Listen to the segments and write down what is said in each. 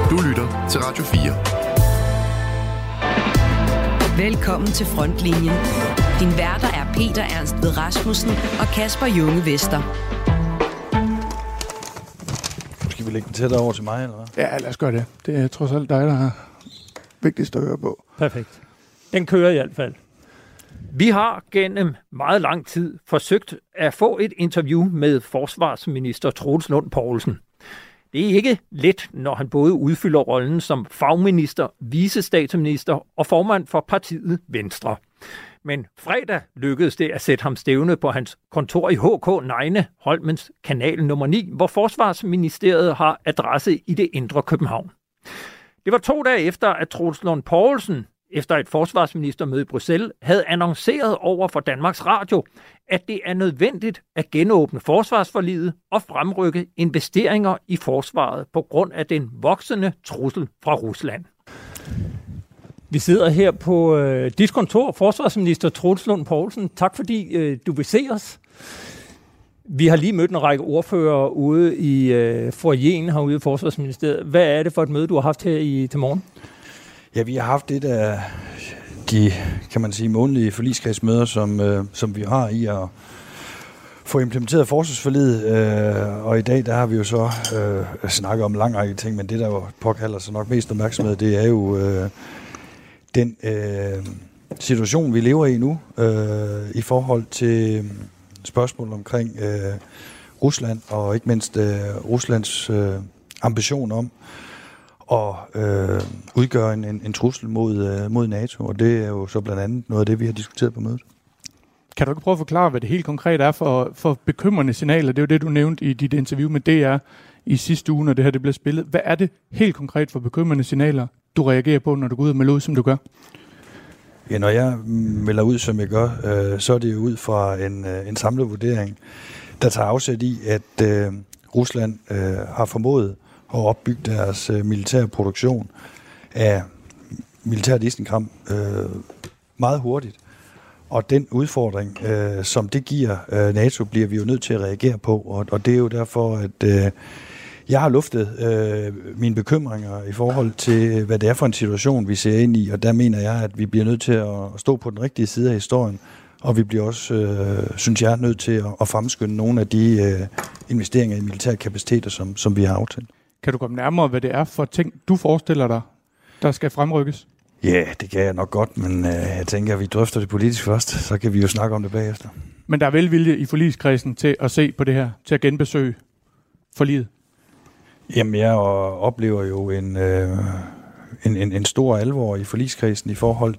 Du lytter til Radio 4. Velkommen til Frontlinjen. Din værter er Peter Ernst Ved Rasmussen og Kasper Junge Vester. Skal vi lægge den tættere over til mig, eller hvad? Ja, lad os gøre det. Det er trods alt dig, der er vigtigst at høre på. Perfekt. Den kører i hvert fald. Vi har gennem meget lang tid forsøgt at få et interview med forsvarsminister Troels Lund Poulsen. Det er ikke let, når han både udfylder rollen som fagminister, vicestatsminister og formand for partiet Venstre. Men fredag lykkedes det at sætte ham stævne på hans kontor i HK Negne, Holmens kanal nummer 9, hvor Forsvarsministeriet har adresse i det indre København. Det var 2 dage efter, at Troels Lund Poulsen, efter et forsvarsministermøde i Bruxelles, havde annonceret over for Danmarks Radio, at det er nødvendigt at genåbne forsvarsforliget og fremrykke investeringer i forsvaret på grund af den voksende trussel fra Rusland. Vi sidder her på dit kontor, forsvarsminister Troels Lund Poulsen. Tak fordi du vil se os. Vi har lige mødt en række ordførere ude i foyeren herude i Forsvarsministeriet. Hvad er det for et møde, du har haft her til morgen? Ja, vi har haft et af de, kan man sige, månedlige forligskredsmøder, som vi har i at få implementeret forsvarsforliget. Og i dag, der har vi jo så snakket om en lang række ting, men det, der jo påkalder sig nok mest opmærksomhed, det er jo den situation, vi lever i nu, i forhold til spørgsmål omkring Rusland, og ikke mindst Ruslands ambition om og udgøre en trussel mod NATO, og det er jo så blandt andet noget af det, vi har diskuteret på mødet. Kan du ikke prøve at forklare, hvad det helt konkret er for bekymrende signaler? Det er jo det, du nævnte i dit interview med DR i sidste uge, når det her det blev spillet. Hvad er det helt konkret for bekymrende signaler, du reagerer på, når du går ud og melder ud, som du gør? Ja, når jeg melder ud, som jeg gør, så er det jo ud fra en samlet vurdering, der tager afsæt i, at Rusland har formået at opbygge deres militære produktion af militært isenkram meget hurtigt. Og den udfordring, som det giver NATO, bliver vi jo nødt til at reagere på. Og det er jo derfor, at jeg har luftet mine bekymringer i forhold til, hvad det er for en situation, vi ser ind i. Og der mener jeg, at vi bliver nødt til at stå på den rigtige side af historien. Og vi bliver også, synes jeg, nødt til at fremskynde nogle af de investeringer i militære kapaciteter, som vi har aftalt. Kan du komme nærmere, hvad det er for ting, du forestiller dig, der skal fremrykkes? Ja, det kan jeg nok godt, men jeg tænker, at vi drøfter det politisk først, så kan vi jo snakke om det bagefter. Men der er velvilje i forligskredsen til at se på det her, til at genbesøge forliget? Jamen, jeg oplever jo en stor alvor i forligskredsen i forhold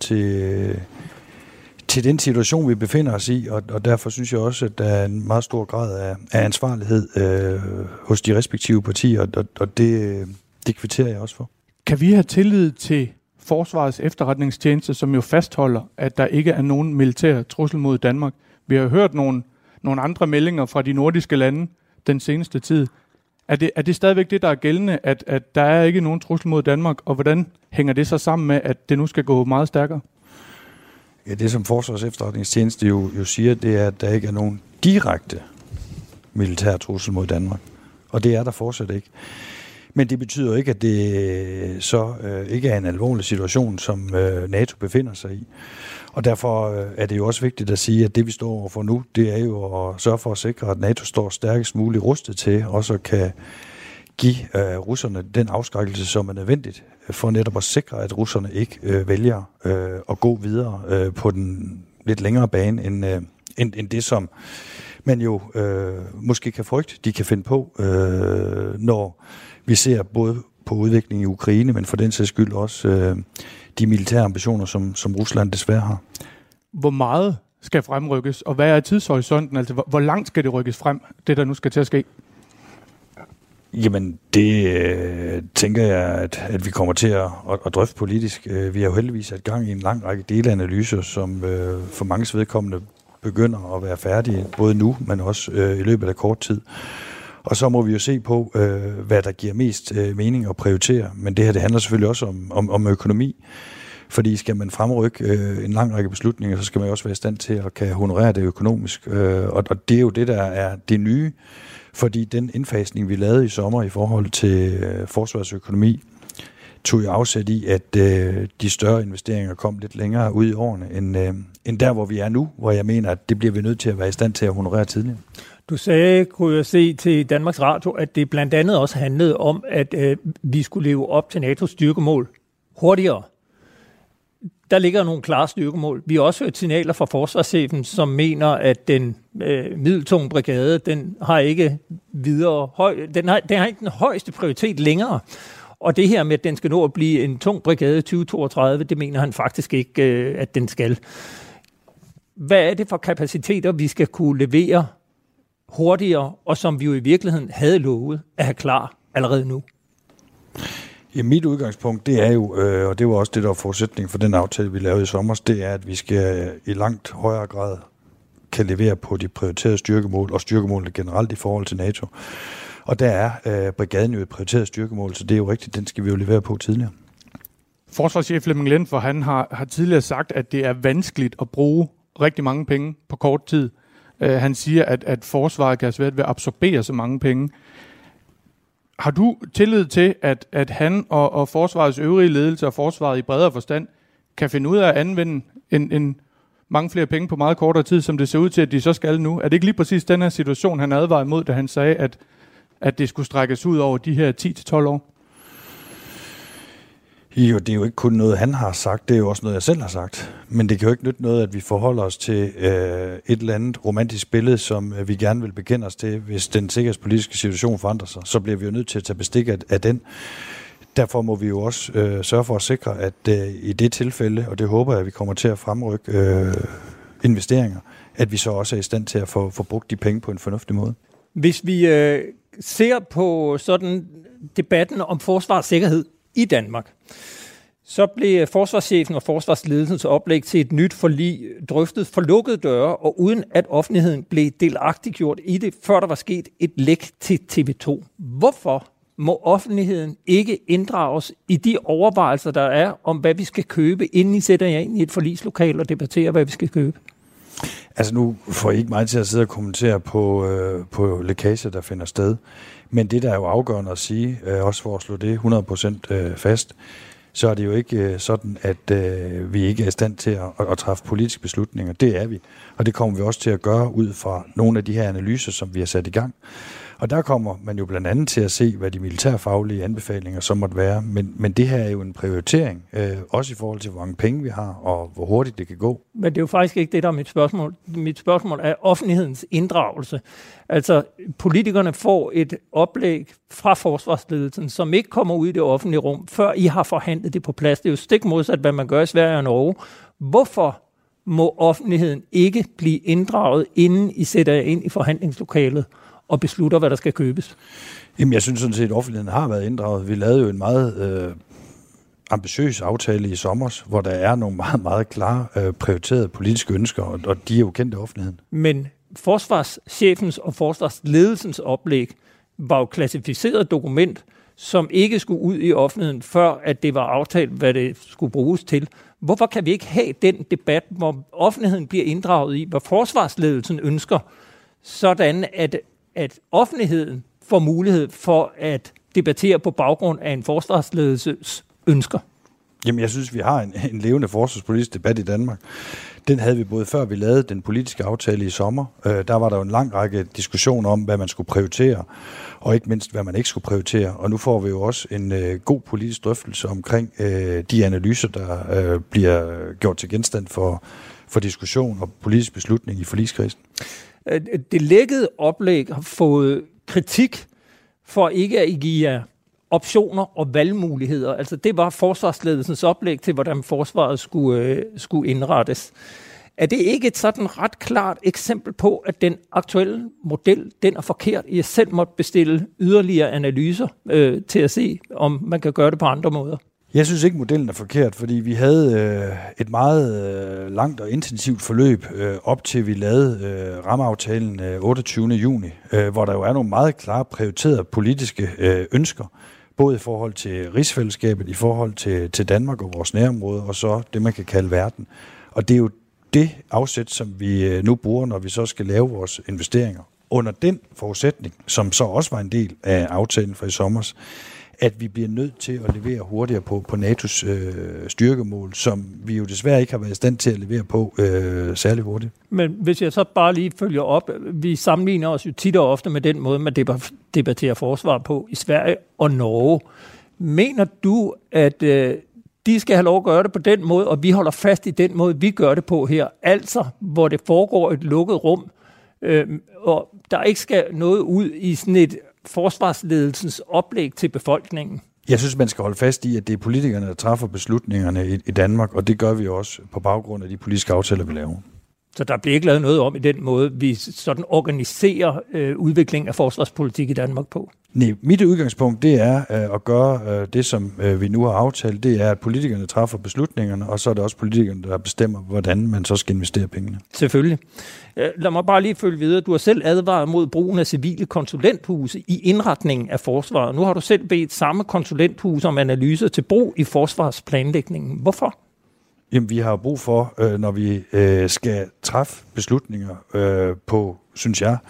til den situation, vi befinder os i, og derfor synes jeg også, at der er en meget stor grad af ansvarlighed hos de respektive partier, og det kvitterer jeg også for. Kan vi have tillid til Forsvarets efterretningstjeneste, som jo fastholder, at der ikke er nogen militær trussel mod Danmark? Vi har hørt nogle andre meldinger fra de nordiske lande den seneste tid. Er det stadigvæk det, der er gældende, at der er ikke nogen trussel mod Danmark, og hvordan hænger det så sammen med, at det nu skal gå meget stærkere? Ja, det som Forsvarets efterretningstjeneste jo siger, det er, at der ikke er nogen direkte militær trussel mod Danmark. Og det er der fortsat ikke. Men det betyder ikke, at det så ikke er en alvorlig situation, som NATO befinder sig i. Og derfor er det jo også vigtigt at sige, at det vi står overfor nu, det er jo at sørge for at sikre, at NATO står stærkest muligt rustet til, også kan give russerne den afskrækkelse, som er nødvendigt, for netop at sikre, at russerne ikke vælger at gå videre på den lidt længere bane, end det, som man jo måske kan frygte, de kan finde på, når vi ser både på udviklingen i Ukraine, men for den sags skyld også de militære ambitioner, som Rusland desværre har. Hvor meget skal fremrykkes, og hvad er tidshorisonten? Altså, hvor langt skal det rykkes frem, det der nu skal til at ske? Jamen, det tænker jeg, at vi kommer til at drøfte politisk. Vi har jo heldigvis sat gang i en lang række deleanalyser, som for manges vedkommende begynder at være færdige, både nu, men også i løbet af kort tid. Og så må vi jo se på, hvad der giver mest mening at prioritere. Men det her, det handler selvfølgelig også om økonomi. Fordi skal man fremrykke en lang række beslutninger, så skal man jo også være i stand til at kan honorere det økonomisk. Og det er jo det, der er det nye. Fordi den indfasning, vi lavede i sommer i forhold til forsvarsøkonomi, tog jo afsæt i, at de større investeringer kom lidt længere ud i årene, end der, hvor vi er nu, hvor jeg mener, at det bliver vi nødt til at være i stand til at honorere tidligere. Du sagde, kunne jeg se til Danmarks Radio, at det blandt andet også handlede om, at vi skulle leve op til NATO's styrkemål hurtigere. Der ligger nogle klare styrkemål. Vi har også hørt signaler fra forsvarschefen, som mener, at den middeltunge brigade, den har ikke den har ikke den højeste prioritet længere. Og det her med, at den skal nå at blive en tung brigade i 2032, det mener han faktisk ikke, at den skal. Hvad er det for kapaciteter, vi skal kunne levere hurtigere, og som vi jo i virkeligheden havde lovet at have klar allerede nu? Ja, mit udgangspunkt, det er jo, og det var også det, der var forudsætning for den aftale, vi lavede i sommer, det er, at vi skal i langt højere grad kan levere på de prioriterede styrkemål, og styrkemålene generelt i forhold til NATO. Og der er brigaden jo et prioriteret styrkemål, så det er jo rigtigt, den skal vi jo levere på tidligere. Forsvarschef Flemming Lenfer, han har tidligere sagt, at det er vanskeligt at bruge rigtig mange penge på kort tid. Han siger, at forsvaret kan have svært ved at absorbere så mange penge. Har du tillid til, at han og forsvarets øvrige ledelse og forsvaret i bredere forstand kan finde ud af at anvende en mange flere penge på meget kortere tid, som det ser ud til, at de så skal nu? Er det ikke lige præcis den her situation, han advarede imod, da han sagde, at det skulle strækkes ud over de her 10-12 år? Jo, det er jo ikke kun noget, han har sagt, det er jo også noget, jeg selv har sagt. Men det kan jo ikke nytte noget, at vi forholder os til et eller andet romantisk billede, som vi gerne vil bekende os til. Hvis den sikkerhedspolitiske situation forandrer sig, så bliver vi jo nødt til at tage bestik af den. Derfor må vi jo også sørge for at sikre, at i det tilfælde, og det håber jeg, at vi kommer til at fremrykke investeringer, at vi så også er i stand til at få brugt de penge på en fornuftig måde. Hvis vi ser på sådan debatten om forsvarssikkerhed i Danmark, så blev forsvarschefen og forsvarsledelsens oplæg til et nyt forlig drøftet for lukkede døre, og uden at offentligheden blev delagtiggjort i det, før der var sket et læk til TV2. Hvorfor må offentligheden ikke inddrages i de overvejelser, der er om, hvad vi skal købe, inden I sætter jer ind i et forligslokale og debatterer, hvad vi skal købe? Altså nu får I ikke mig til at sidde og kommentere på lækager, der finder sted. Men det, der er jo afgørende at sige, også for at slå det 100% fast, så er det jo ikke sådan, at vi ikke er i stand til at træffe politiske beslutninger. Det er vi, og det kommer vi også til at gøre ud fra nogle af de her analyser, som vi har sat i gang. Og der kommer man jo blandt andet til at se, hvad de militærfaglige anbefalinger så måtte være. Men det her er jo en prioritering, også i forhold til, hvor mange penge vi har, og hvor hurtigt det kan gå. Men det er jo faktisk ikke det, der er mit spørgsmål. Mit spørgsmål er offentlighedens inddragelse. Altså, politikerne får et oplæg fra forsvarsledelsen, som ikke kommer ud i det offentlige rum, før I har forhandlet det på plads. Det er jo stik modsat, hvad man gør i Sverige og Norge. Hvorfor må offentligheden ikke blive inddraget, inden I sætter jer ind i forhandlingslokalet og beslutter, hvad der skal købes? Jamen, jeg synes sådan set, at offentligheden har været inddraget. Vi lavede jo en meget ambitiøs aftale i sommer, hvor der er nogle meget, meget klare prioriterede politiske ønsker, og de er jo kendt af offentligheden. Men forsvarschefens og forsvarsledelsens oplæg var jo klassificeret dokument, som ikke skulle ud i offentligheden, før at det var aftalt, hvad det skulle bruges til. Hvorfor kan vi ikke have den debat, hvor offentligheden bliver inddraget i, hvad forsvarsledelsen ønsker, sådan at offentligheden får mulighed for at debattere på baggrund af en forsvarsledelses ønsker? Jamen, jeg synes, vi har en levende forsvarspolitisk debat i Danmark. Den havde vi både før vi lavede den politiske aftale i sommer. Der var der jo en lang række diskussioner om, hvad man skulle prioritere, og ikke mindst, hvad man ikke skulle prioritere. Og nu får vi jo også en god politisk drøftelse omkring de analyser, der bliver gjort til genstand for diskussion og politisk beslutning i forligskredsen. Det lækkede oplæg har fået kritik for ikke at give optioner og valgmuligheder. Altså det var forsvarsledelsens oplæg til, hvordan forsvaret skulle indrettes. Er det ikke et sådan ret klart eksempel på, at den aktuelle model, den er forkert? I selv måtte bestille yderligere analyser til at se, om man kan gøre det på andre måder? Jeg synes ikke, modellen er forkert, fordi vi havde et meget langt og intensivt forløb op til, vi lavede rammeaftalen 28. juni, hvor der jo er nogle meget klare prioriterede politiske ønsker, både i forhold til rigsfællesskabet, i forhold til Danmark og vores nærområde, og så det, man kan kalde verden. Og det er jo det afsæt, som vi nu bruger, når vi så skal lave vores investeringer. Under den forudsætning, som så også var en del af aftalen fra i sommer, at vi bliver nødt til at levere hurtigere på NATO's styrkemål, som vi jo desværre ikke har været i stand til at levere på særlig hurtigt. Men hvis jeg så bare lige følger op, vi sammenligner os jo tit og ofte med den måde, man debatterer forsvar på i Sverige og Norge. Mener du, at de skal have lov at gøre det på den måde, og vi holder fast i den måde, vi gør det på her, altså hvor det foregår et lukket rum, og der ikke skal noget ud i sådan et forsvarsledelsens oplæg til befolkningen? Jeg synes, man skal holde fast i, at det er politikerne, der træffer beslutningerne i Danmark, og det gør vi også på baggrund af de politiske aftaler, vi laver. Så der bliver ikke lavet noget om i den måde, vi sådan organiserer udviklingen af forsvarspolitik i Danmark på? Nej, mit udgangspunkt, det er at gøre det, som vi nu har aftalt. Det er, at politikerne træffer beslutningerne, og så er det også politikerne, der bestemmer, hvordan man så skal investere pengene. Selvfølgelig. Lad mig bare lige følge videre. Du har selv advaret mod brugen af civile konsulenthuse i indretningen af forsvaret. Nu har du selv bedt samme konsulenthuse om analyser til brug i forsvarsplanlægningen. Hvorfor? Jamen, vi har brug for, når vi skal træffe beslutninger på, synes jeg,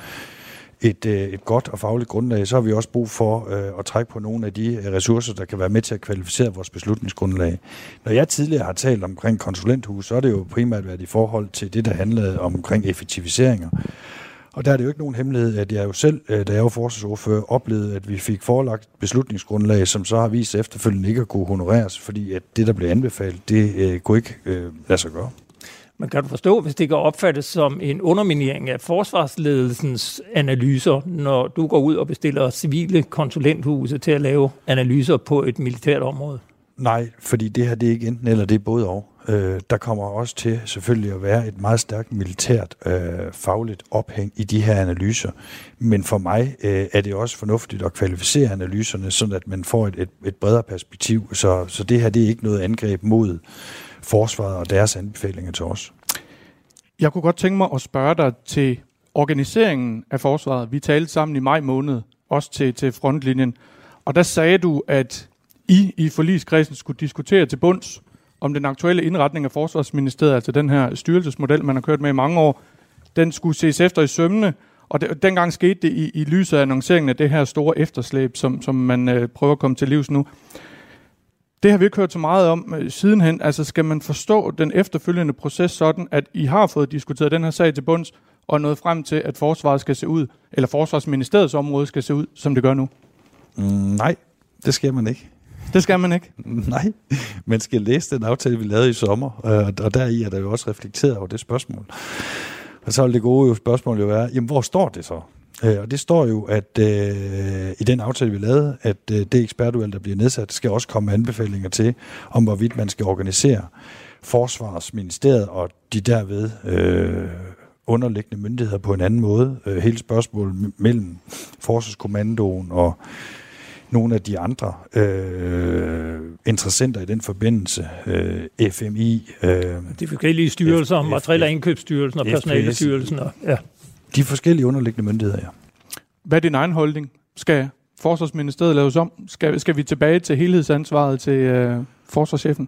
et godt og fagligt grundlag, så har vi også brug for at trække på nogle af de ressourcer, der kan være med til at kvalificere vores beslutningsgrundlag. Når jeg tidligere har talt omkring konsulenthus, så er det jo primært været i forhold til det, der handlede omkring effektiviseringer. Og der er det jo ikke nogen hemmelighed, at jeg jo selv, da jeg var forsvarsordfører, oplevede, at vi fik forelagt beslutningsgrundlag, som så har vist efterfølgende ikke at kunne honoreres, fordi at det, der blev anbefalet, det kunne ikke lade sig gøre. Man kan du forstå, hvis det kan opfattes som en underminering af forsvarsledelsens analyser, når du går ud og bestiller civile konsulenthuse til at lave analyser på et militært område? Nej, fordi det her det er ikke enten eller, det er både og. Der kommer også til selvfølgelig at være et meget stærkt militært fagligt ophæng i de her analyser. Men for mig er det også fornuftigt at kvalificere analyserne, sådan at man får et bredere perspektiv. Så det her det er ikke noget angreb mod forsvaret og deres anbefalinger til os. Jeg kunne godt tænke mig at spørge dig til organiseringen af forsvaret. Vi talte sammen i maj måned, også til frontlinjen. Og der sagde du, at I forligskredsen skulle diskutere til bunds om den aktuelle indretning af Forsvarsministeriet, altså den her styrelsesmodel, man har kørt med i mange år, den skulle ses efter i sømmene, og dengang skete det i lyset af annonceringen af det her store efterslæb, som man prøver at komme til livs nu. Det har vi ikke hørt så meget om sidenhen. Altså skal man forstå den efterfølgende proces sådan, at I har fået diskuteret den her sag til bunds, og nået frem til, at forsvaret skal se ud, eller Forsvarsministeriets område skal se ud, som det gør nu? Nej, det skal man ikke. Det skal man ikke? Nej, man skal læse den aftale, vi lavede i sommer, og deri er der jo også reflekteret over det spørgsmål. Og så vil det gode spørgsmål jo være, jamen hvor står det så? Og det står jo, at i den aftale, vi lavede, at det ekspertudvalg, der bliver nedsat, skal også komme med anbefalinger til, om hvorvidt man skal organisere Forsvarsministeriet og de derved underliggende myndigheder på en anden måde. Hele spørgsmålet mellem Forsvarskommandoen og nogle af de andre interessenter i den forbindelse, FMI. De forskellige styrelser, Materiel- og Indkøbsstyrelsen og Personalestyrelsen. Ja. De forskellige underliggende myndigheder, ja. Hvad er din egen holdning? Skal Forsvarsministeriet laves om? Skal vi tilbage til helhedsansvaret til forsvarschefen?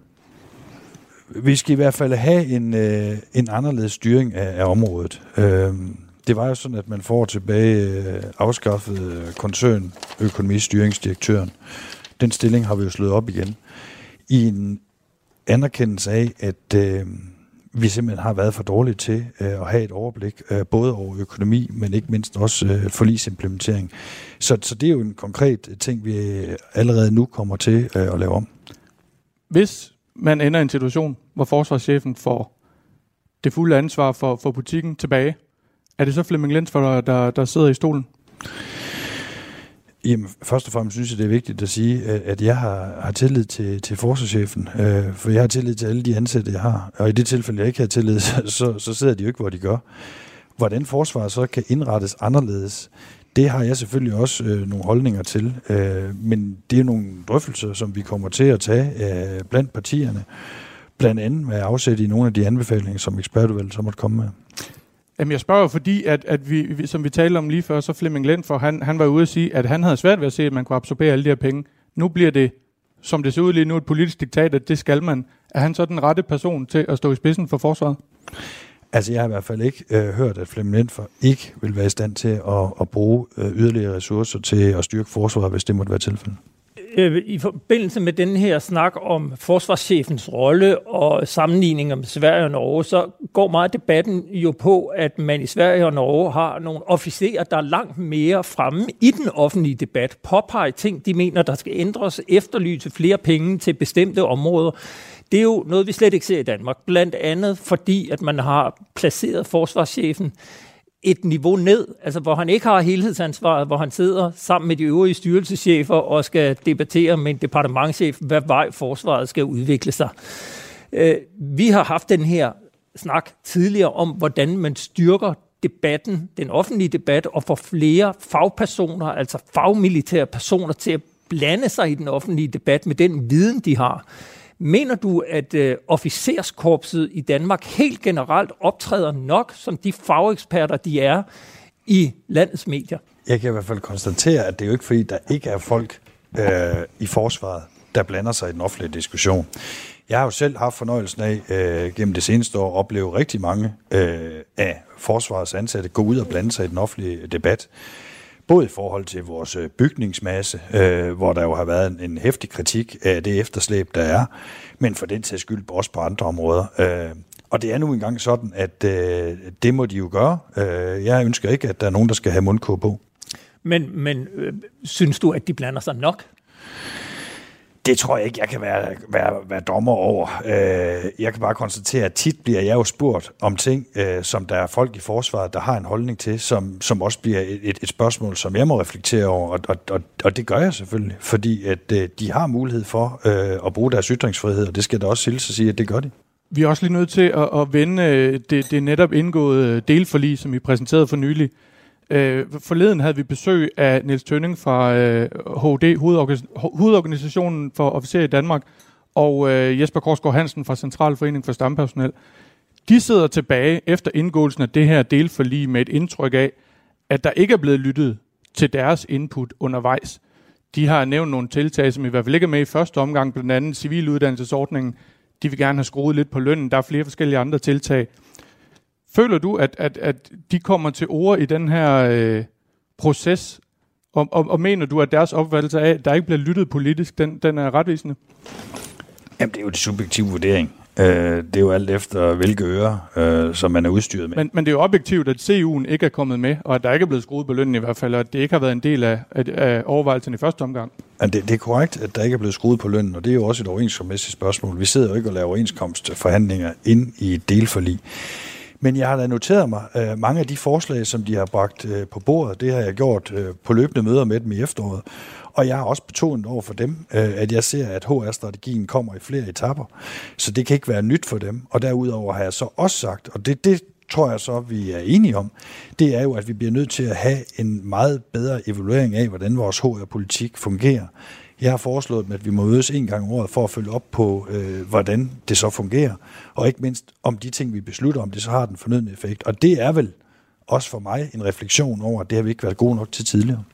Vi skal i hvert fald have en anderledes styring af området. Det var jo sådan, at man for år tilbage afskaffede koncernøkonomistyringsdirektøren. Den stilling har vi jo slået op igen. I en anerkendelse af, at vi simpelthen har været for dårlige til at have et overblik, både over økonomi, men ikke mindst også forligsimplementering. Så det er jo en konkret ting, vi allerede nu kommer til at lave om. Hvis man ender i en situation, hvor forsvarschefen får det fulde ansvar for butikken tilbage, er det så Flemming Lentzfeldt, der sidder i stolen? Jamen, først og fremmest synes jeg, det er vigtigt at sige, at jeg har tillid til forsvarschefen, for jeg har tillid til alle de ansatte, jeg har. Og i det tilfælde, jeg ikke har tillid, så sidder de jo ikke, hvor de gør. Hvordan forsvaret så kan indrettes anderledes, det har jeg selvfølgelig også nogle holdninger til. Men det er nogle drøftelser, som vi kommer til at tage blandt partierne, blandt andet med afsæt i nogle af de anbefalinger, som ekspertudvalget så måtte komme med. Jamen jeg spørger, fordi at vi, som vi talte om lige før, så Flemming Lentzfeldt, han var ude at sige, at han havde svært ved at se, at man kunne absorbere alle de her penge. Nu bliver det, som det ser ud lige nu, et politisk diktat, at det skal man. Er han så den rette person til at stå i spidsen for forsvaret? Altså jeg har i hvert fald ikke hørt, at Flemming Lentzfeldt ikke vil være i stand til at bruge yderligere ressourcer til at styrke forsvaret, hvis det måtte være tilfældet. I forbindelse med den her snak om forsvarschefens rolle og sammenligninger med Sverige og Norge, så går meget debatten jo på, at man i Sverige og Norge har nogle officerer, der er langt mere fremme i den offentlige debat, påpeger ting, de mener, der skal ændres, efterlyse flere penge til bestemte områder. Det er jo noget, vi slet ikke ser i Danmark, blandt andet fordi, at man har placeret forsvarschefen et niveau ned, altså hvor han ikke har helhedsansvaret, hvor han sidder sammen med de øvrige styrelseschefer og skal debattere med en departementschef, hvad vej forsvaret skal udvikle sig. Vi har haft den her snak tidligere om, hvordan man styrker debatten, den offentlige debat, og får flere fagpersoner, altså fagmilitære personer, til at blande sig i den offentlige debat med den viden, de har. Mener du, at officerskorpset i Danmark helt generelt optræder nok som de fageksperter, de er i landets medier? Jeg kan i hvert fald konstatere, at det er jo ikke fordi, der ikke er folk i forsvaret, der blander sig i den offentlige diskussion. Jeg har jo selv haft fornøjelsen af gennem det seneste år at opleve rigtig mange af forsvarets ansatte gå ud og blande sig i den offentlige debat. Både i forhold til vores bygningsmasse, hvor der jo har været en heftig kritik af det efterslæb, der er, men for den sags skyld også på andre områder. Og det er nu engang sådan, at det må de jo gøre. Jeg ønsker ikke, at der er nogen, der skal have mundkurv på. Men synes du, at de blander sig nok? Det tror jeg ikke, jeg kan være dommer over. Jeg kan bare konstatere, at tit bliver jeg jo spurgt om ting, som der er folk i forsvaret, der har en holdning til, som også bliver et spørgsmål, som jeg må reflektere over, og det gør jeg selvfølgelig, fordi at de har mulighed for at bruge deres ytringsfrihed, og det skal da også hilse at sige, at det gør de. Vi er også lige nødt til at vende det netop indgåede delforlig, som vi præsenterede for nylig. Forleden havde vi besøg af Niels Tønning fra HD, hovedorganisationen for officerer i Danmark, og Jesper Korsgaard Hansen fra Centralforeningen for Stampersonel. De sidder tilbage efter indgåelsen af det her delforlig med et indtryk af, at der ikke er blevet lyttet til deres input undervejs. De har nævnt nogle tiltag, som i hvert fald ikke er med i første omgang, blandt andet civiluddannelsesordningen. De vil gerne have skruet lidt på lønnen. Der er flere forskellige andre tiltag. Føler du, at de kommer til ord i den her proces, og mener du, at deres opfattelse af, at der ikke bliver lyttet politisk, den er retvisende? Jamen, det er jo en subjektiv vurdering. Det er jo alt efter, hvilke ører, som man er udstyret med. Men det er jo objektivt, at CU'en ikke er kommet med, og at der ikke er blevet skruet på lønnen i hvert fald, og at det ikke har været en del af overvejelsen i første omgang. Det er korrekt, at der ikke er blevet skruet på lønnen, og det er jo også et overenskomstmæssigt spørgsmål. Vi sidder jo ikke og laver overenskomstforhandlinger ind i et delforlig. Men jeg har da noteret mig mange af de forslag, som de har bragt på bordet. Det har jeg gjort på løbende møder med dem i efteråret. Og jeg har også betonet over for dem, at jeg ser, at HR-strategien kommer i flere etapper. Så det kan ikke være nyt for dem. Og derudover har jeg så også sagt, og det tror jeg så, vi er enige om, det er jo, at vi bliver nødt til at have en meget bedre evaluering af, hvordan vores HR-politik fungerer. Jeg har foreslået dem, at vi må mødes en gang om året for at følge op på, hvordan det så fungerer. Og ikke mindst om de ting, vi beslutter, om det så har den fornødne effekt. Og det er vel også for mig en refleksion over, at det har vi ikke været gode nok til tidligere.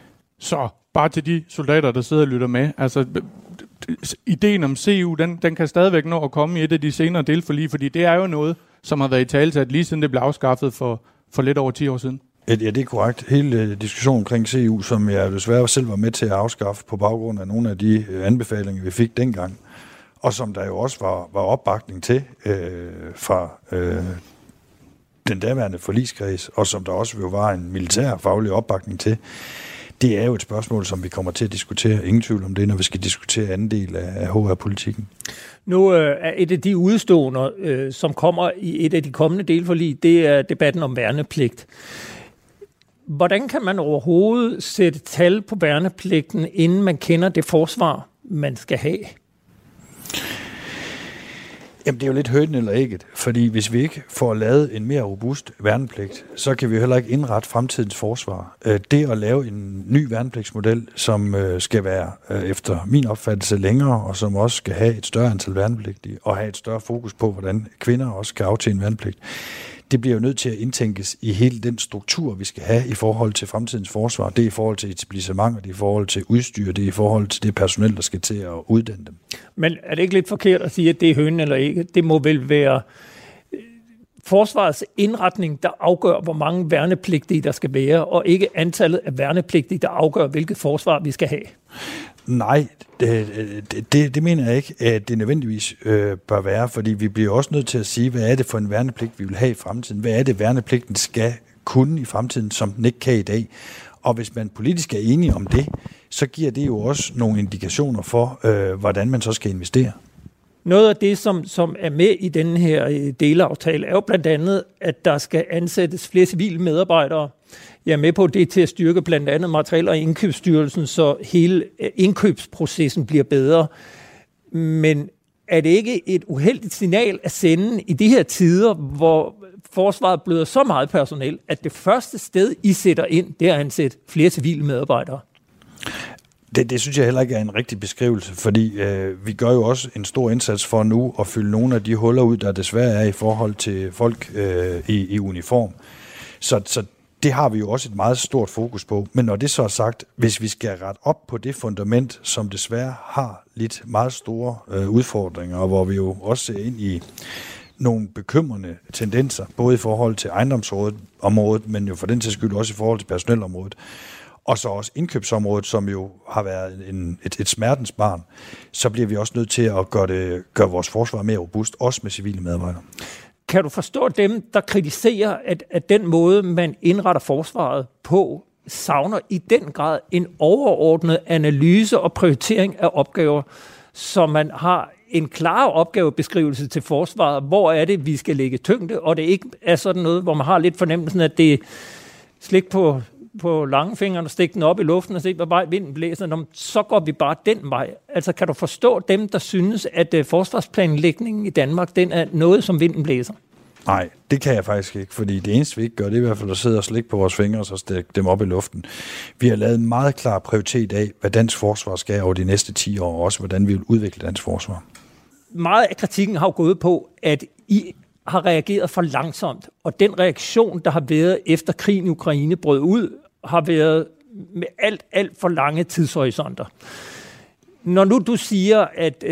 Så bare til de soldater, der sidder og lytter med. Altså, ideen om CU, den kan stadigvæk nå at komme i et af de senere delforlig, fordi det er jo noget, som har været i talesat lige siden det blev afskaffet for lidt over 10 år siden. Ja, det er korrekt. Hele diskussionen omkring CU, som jeg desværre selv var med til at afskaffe på baggrund af nogle af de anbefalinger, vi fik dengang, og som der jo også var opbakning til fra den daværende forligskreds, og som der også jo var en militær faglig opbakning til, det er jo et spørgsmål, som vi kommer til at diskutere. Ingen tvivl om det, når vi skal diskutere anden del af HR-politikken. Nu er et af de udstående, som kommer i et af de kommende delforlig, det er debatten om værnepligt. Hvordan kan man overhovedet sætte tal på værnepligten, inden man kender det forsvar, man skal have? Jamen, det er jo lidt højden eller ægget, fordi hvis vi ikke får lavet en mere robust værnepligt, så kan vi heller ikke indrette fremtidens forsvar. Det at lave en ny værnepligtsmodel, som skal være efter min opfattelse længere, og som også skal have et større antal værnepligtige, og have et større fokus på, hvordan kvinder også kan aftjene værnepligt, det bliver jo nødt til at indtænkes i hele den struktur, vi skal have i forhold til fremtidens forsvar. Det er i forhold til etablissement, det er i forhold til udstyr, det er i forhold til det personel, der skal til at uddanne dem. Men er det ikke lidt forkert at sige, at det er hønen eller ikke? Det må vel være forsvarets indretning, der afgør, hvor mange værnepligtige der skal være, og ikke antallet af værnepligtige, der afgør, hvilket forsvar vi skal have? Nej, det mener jeg ikke, at det nødvendigvis bør være, fordi vi bliver også nødt til at sige, hvad er det for en værnepligt, vi vil have i fremtiden? Hvad er det, værnepligten skal kunne i fremtiden, som den ikke kan i dag? Og hvis man politisk er enige om det, så giver det jo også nogle indikationer for, hvordan man så skal investere. Noget af det, som er med i den her delaftale, er jo blandt andet, at der skal ansættes flere civile medarbejdere. Jeg er med på det til at styrke blandt andet Materiel- og Indkøbsstyrelsen, så hele indkøbsprocessen bliver bedre. Men er det ikke et uheldigt signal at sende i de her tider, hvor forsvaret bløder så meget personel, at det første sted, I sætter ind, det er at ansætte flere civile medarbejdere? Det synes jeg heller ikke er en rigtig beskrivelse, fordi vi gør jo også en stor indsats for nu at fylde nogle af de huller ud, der desværre er i forhold til folk i uniform. Så det har vi jo også et meget stort fokus på. Men når det så er sagt, hvis vi skal rette op på det fundament, som desværre har lidt meget store udfordringer, og hvor vi jo også ser ind i nogle bekymrende tendenser, både i forhold til ejendomsområdet, men jo for den til skyld også i forhold til personelområdet, og så også indkøbsområdet, som jo har været et smertens barn, så bliver vi også nødt til at gøre vores forsvar mere robust, også med civile medarbejdere. Kan du forstå dem, der kritiserer, at den måde, man indretter forsvaret på, savner i den grad en overordnet analyse og prioritering af opgaver, så man har en klar opgavebeskrivelse til forsvaret, hvor er det, vi skal lægge tyngde, og det ikke er sådan noget, hvor man har lidt fornemmelsen, at det slik på langfingeren og stikke den op i luften og se, hvad vej vinden blæser, så går vi bare den vej. Altså kan du forstå dem, der synes, at forsvarsplanlægningen i Danmark, den er noget, som vinden blæser? Nej, det kan jeg faktisk ikke, fordi det eneste, vi ikke gør, det er i hvert fald at sidde og slikke på vores fingre og så stikke dem op i luften. Vi har lavet en meget klar prioritet af, hvad dansk forsvar skal over de næste 10 år, og også hvordan vi vil udvikle dansk forsvar. Meget af kritikken har jo gået på, at I har reageret for langsomt, og den reaktion, der har været efter krigen i Ukraine brød ud, har været med alt for lange tidshorisonter. Når nu du siger,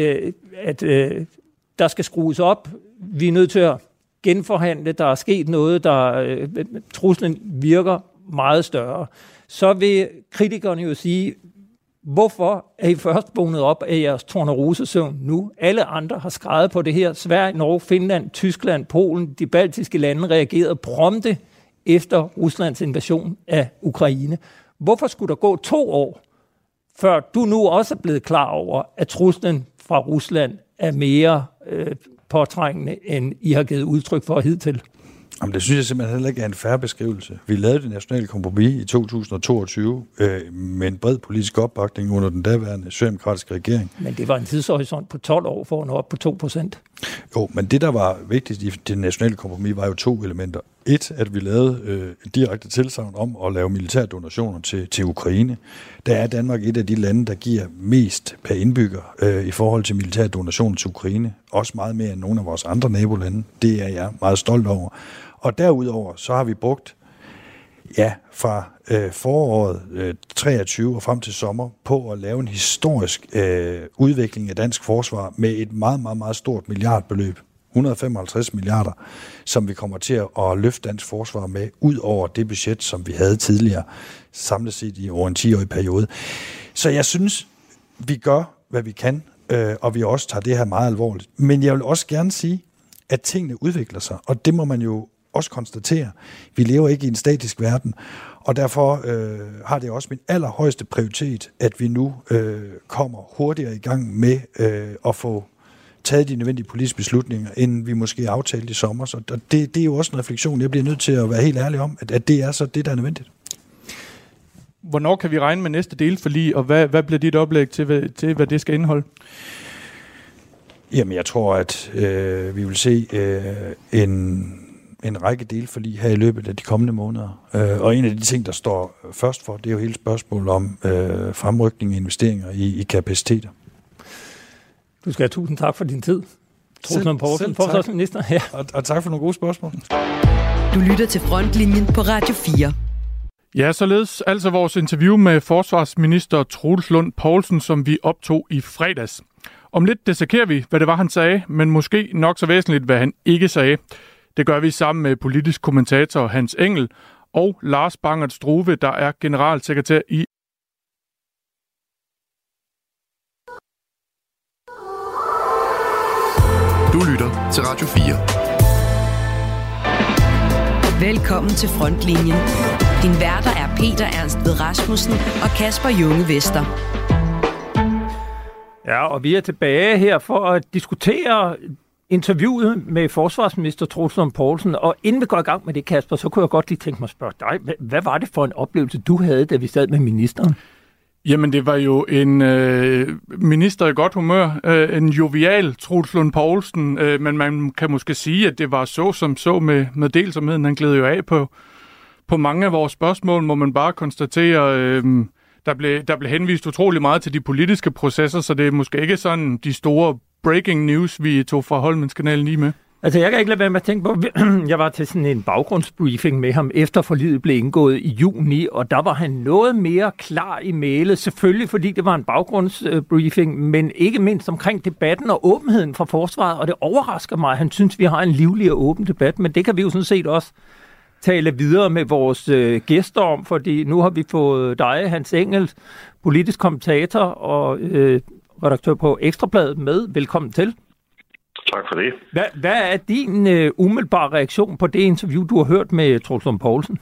at der skal skrues op, vi er nødt til at genforhandle, der er sket noget, truslen virker meget større, så vil kritikerne jo sige, hvorfor er I først vågnet op af jeres tornerosesøvn nu? Alle andre har skreget på det her. Sverige, Norge, Finland, Tyskland, Polen, de baltiske lande reagerede prompte efter Ruslands invasion af Ukraine. Hvorfor skulle der gå 2 år, før du nu også er blevet klar over, at truslen fra Rusland er mere påtrængende, end I har givet udtryk for hidtil? Jamen, det synes jeg simpelthen heller ikke er en fair beskrivelse. Vi lavede det nationale kompromis i 2022 med en bred politisk opbakning under den daværende socialdemokratiske regering. Men det var en tidshorisont på 12 år for at nå op på 2%. Jo, men det, der var vigtigst i det nationale kompromis, var jo 2 elementer. Et, at vi lavede et direkte tilsagn om at lave militære donationer til Ukraine. Der er Danmark et af de lande, der giver mest per indbygger i forhold til militære donationer til Ukraine. Også meget mere end nogle af vores andre nabolande. Det er jeg meget stolt over. Og derudover så har vi brugt fra foråret 23 og frem til sommer på at lave en historisk udvikling af dansk forsvar med et meget, meget, meget stort milliardbeløb. 155 milliarder, som vi kommer til at løfte dansk forsvar med, ud over det budget, som vi havde tidligere, samlet set i over en 10-årig periode. Så jeg synes, vi gør, hvad vi kan, og vi også tager det her meget alvorligt. Men jeg vil også gerne sige, at tingene udvikler sig, og det må man jo også konstatere. Vi lever ikke i en statisk verden, og derfor har det også min allerhøjeste prioritet, at vi nu kommer hurtigere i gang med at få taget de nødvendige politiske beslutninger, end vi måske aftalte i sommer. Så det er jo også en refleksion, jeg bliver nødt til at være helt ærlig om, at det er så det, der er nødvendigt. Hvornår kan vi regne med næste delforlig, og hvad bliver dit oplæg til, hvad det skal indeholde? Jamen, jeg tror, at vi vil se en række delforlig her i løbet af de kommende måneder. Og en af de ting, der står først for, det er jo hele spørgsmålet om fremrykning af investeringer i kapaciteter. Du skal have tusind tak for din tid. Troels Lund Poulsen, forsvarsminister. Ja. Og tak for nogle gode spørgsmål. Du lytter til Frontlinjen på Radio 4. Ja, således altså vores interview med forsvarsminister Troels Lund Poulsen, som vi optog i fredags. Om lidt dissekerer vi, hvad det var, han sagde, men måske nok så væsentligt, hvad han ikke sagde. Det gør vi sammen med politisk kommentator Hans Engel og Lars Bangert Struve, der er generalsekretær i Du lytter til Radio 4. Velkommen til Frontlinjen. Din værter er Peter Ernst Ved Rasmussen og Kasper Junge Vester. Ja, og vi er tilbage her for at diskutere interviewet med forsvarsminister Troels Lund Poulsen. Og inden vi går i gang med det, Kasper, så kunne jeg godt lige tænke mig at spørge dig. Hvad var det for en oplevelse, du havde, da vi sad med ministeren? Jamen, det var jo en minister i godt humør, en jovial Troels Lund Poulsen, men man kan måske sige, at det var så med delsomheden. Han gled jo af på mange af vores spørgsmål, må man bare konstatere. Der blev henvist utrolig meget til de politiske processer, så det er måske ikke sådan de store breaking news, vi tog fra Holmens-kanalen lige med. Altså, jeg kan ikke lade være med at tænke på, jeg var til sådan en baggrundsbriefing med ham, efter forliget blev indgået i juni, og der var han noget mere klar i mailet, selvfølgelig fordi det var en baggrundsbriefing, men ikke mindst omkring debatten og åbenheden fra forsvaret, og det overrasker mig, at han synes, vi har en livlig og åben debat, men det kan vi jo sådan set også tale videre med vores gæster om, fordi nu har vi fået dig, Hans Engel, politisk kommentator og redaktør på Ekstrabladet med. Velkommen til. Tak for det. Hvad er din umiddelbare reaktion på det interview, du har hørt med Troels Lund Poulsen?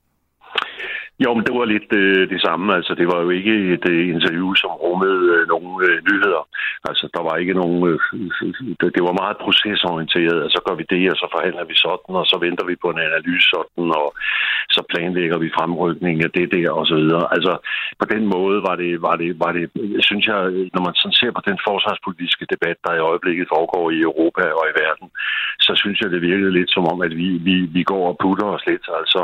Jo, men det var lidt det samme. Altså, det var jo ikke et interview, som rummede nogle nyheder. Altså, der var ikke nogen... det var meget procesorienteret. Altså, så gør vi det, og så forhandler vi sådan, og så venter vi på en analyse sådan, og så planlægger vi fremrykning af det der, og så videre. Altså, på den måde var det synes jeg, når man sådan ser på den forsvarspolitiske debat, der i øjeblikket foregår i Europa og i verden, så synes jeg, det virkede lidt som om, at vi går og putter os lidt. Altså,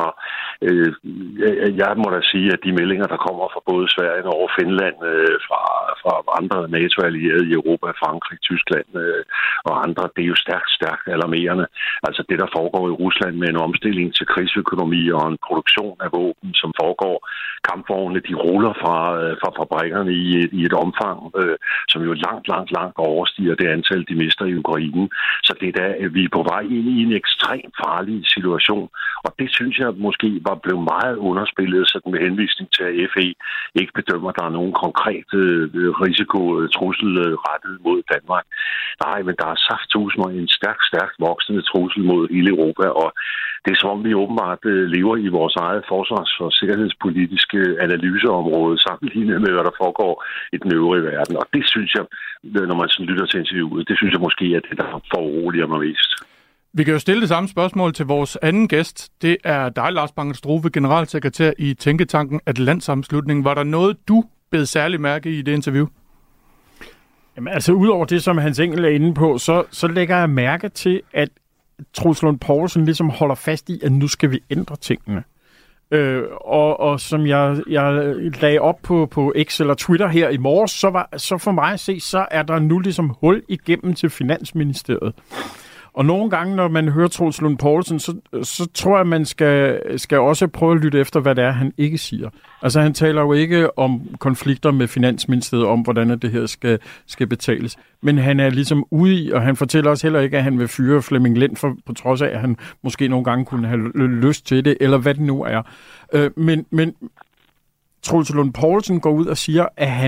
jeg må da sige, at de meldinger, der kommer fra både Sverige og Finland, fra andre NATO-allierede i Europa, Frankrig, Tyskland og andre, det er jo stærkt alarmerende. Altså det, der foregår i Rusland med en omstilling til krigsøkonomi og en produktion af våben, som foregår. Kampvogne, de ruller fra fabrikkerne i et omfang, som jo langt overstiger det antal, de mister i Ukraine. Så det er da, at vi er på vej ind i en ekstremt farlig situation. Og det synes jeg måske var blevet meget underspillet, sådan med henvisning til, at FE ikke bedømmer, at der er nogen konkret trussel rettet mod Danmark. Nej, men der er safttusind en stærkt voksende trussel mod hele Europa, og det er som om, vi åbenbart lever i vores eget forsvars- og sikkerhedspolitiske analyseområde, sammenlignet med, hvad der foregår i den øvrige verden. Og det synes jeg, når man sådan lytter til interviewet, det synes jeg måske er det, der foruroliger mig mest. Vi kan jo stille det samme spørgsmål til vores anden gæst. Det er dig, Lars Bangert Struve, generalsekretær i Tænketanken Atlantsammenslutningen. Var der noget, du bed særlig mærke i det interview? Jamen altså, udover det, som Hans Engel er inde på, så lægger jeg mærke til, at Troels Lund Poulsen ligesom holder fast i, at nu skal vi ændre tingene. Og som jeg lagde op på X eller Twitter her i morges, så for mig at se, så er der nu ligesom hul igennem til Finansministeriet. Og nogle gange, når man hører Troels Lund Poulsen, så tror jeg, man skal også prøve at lytte efter, hvad det er, han ikke siger. Altså, han taler jo ikke om konflikter med Finansministeriet, om hvordan det her skal betales. Men han er ligesom ude i, og han fortæller også heller ikke, at han vil fyre Flemming Lind, på trods af, at han måske nogle gange kunne have lyst til det, eller hvad det nu er. Men Troels Lund Poulsen går ud og siger,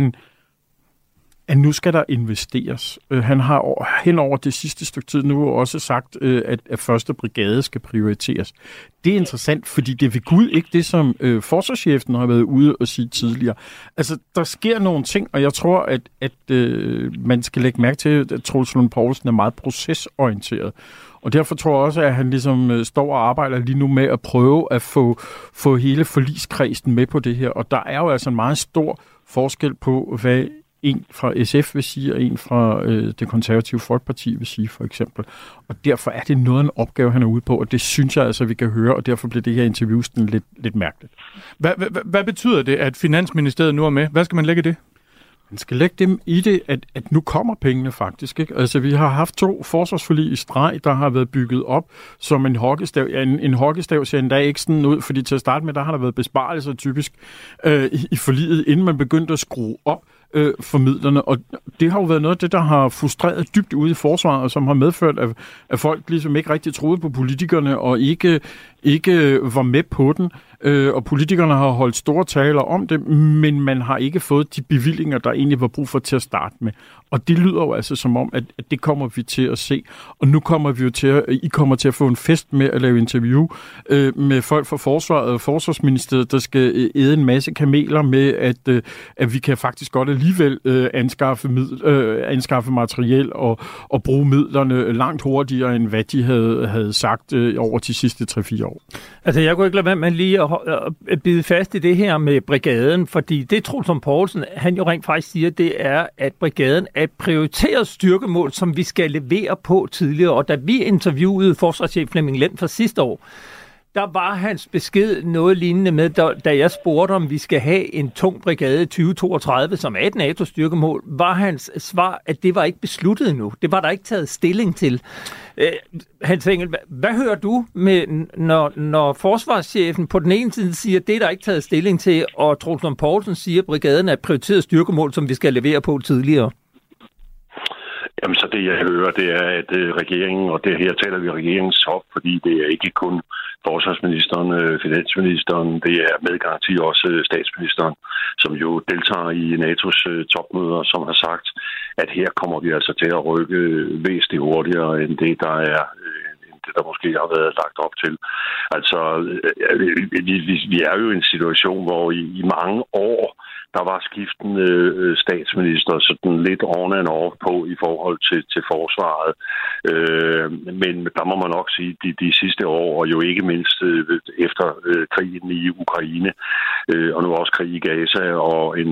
at nu skal der investeres. Han har hen over det sidste stykke tid nu også sagt, at første brigade skal prioriteres. Det er interessant, fordi det er ved Gud ikke det, som forsvarschefen har været ude og sige tidligere. Altså, der sker nogle ting, og jeg tror, at man skal lægge mærke til, at Troels Lund Poulsen er meget procesorienteret. Og derfor tror jeg også, at han ligesom står og arbejder lige nu med at prøve at få hele forligskredsen med på det her. Og der er jo altså en meget stor forskel på, hvad en fra SF vil sige, og en fra det konservative Folkeparti vil sige, for eksempel. Og derfor er det noget af en opgave, han er ude på, og det synes jeg altså, vi kan høre, og derfor bliver det her interview lidt mærkeligt. Hvad betyder det, at Finansministeriet nu er med? Hvad skal man lægge i det? Man skal lægge dem i det, at nu kommer pengene faktisk. Ikke? Altså, vi har haft 2 forsvarsforlig i streg, der har været bygget op som en hockeystav. Ja, en hockeystav ser endda ikke sådan ud, fordi til at starte med, der har der været besparelser typisk i forliget, inden man begyndte at skrue op. for midlerne. Og det har jo været noget af det, der har frustreret dybt ude i forsvaret, og som har medført, at folk ligesom ikke rigtig troede på politikerne, og ikke var med på den. Og politikerne har holdt store taler om det, men man har ikke fået de bevillinger, der egentlig var brug for til at starte med. Og det lyder jo altså som om, at det kommer vi til at se. Og nu kommer vi jo I kommer til at få en fest med at lave interview med folk fra Forsvaret og Forsvarsministeriet, der skal æde en masse kameler med, at vi kan faktisk godt alligevel anskaffe materiel og bruge midlerne langt hurtigere, end hvad de havde sagt over de sidste 3-4 år. Altså, jeg kunne ikke lade være med lige at bide fast i det her med brigaden, fordi det Troels Lund Poulsen, han jo rent faktisk siger, det er, at brigaden er et prioriteret styrkemål, som vi skal levere på tidligere. Og da vi interviewede forsvarschef Flemming Lind for sidste år, der var hans besked noget lignende med, da jeg spurgte, om vi skal have en tung brigade i 2032, som er et NATO-styrkemål, var hans svar, at det var ikke besluttet endnu. Det var der ikke taget stilling til. Hans Engel, hvad hører du med, når forsvarschefen på den ene side siger, at det er der ikke taget stilling til, og Troels Lund Poulsen siger, at brigaden er et prioriteret styrkemål, som vi skal levere på tidligere? Jamen, så det jeg hører, det er, at regeringen, og det her taler vi regeringens top, fordi det er ikke kun forsvarsministeren, finansministeren, det er med garanti også statsministeren, som jo deltager i NATO's topmøder, som har sagt, at her kommer vi altså til at rykke væsentligt hurtigere end det, der måske har været lagt op til. Altså, vi er jo i en situation, hvor i mange år, der var skiftende statsminister sådan lidt on and off på i forhold til forsvaret. Men der må man nok sige, de sidste år, og jo ikke mindst efter krigen i Ukraine, og nu også krig i Gaza, og en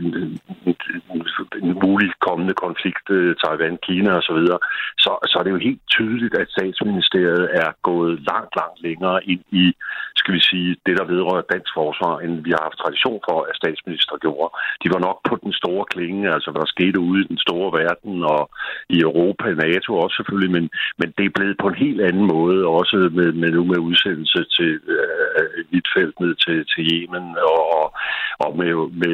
mulig kommende konflikt, Taiwan, Kina osv., så er det jo helt tydeligt, at statsministeriet er gået langt længere ind i, skal vi sige, det der vedrører dansk forsvar, end vi har haft tradition for, at statsminister gjorde. De var nok på den store klinge, altså hvad der skete ude i den store verden, og i Europa, NATO også selvfølgelig, men det er blevet på en helt anden måde, også med udsendelse til Hvitfeldt ned til Yemen, og med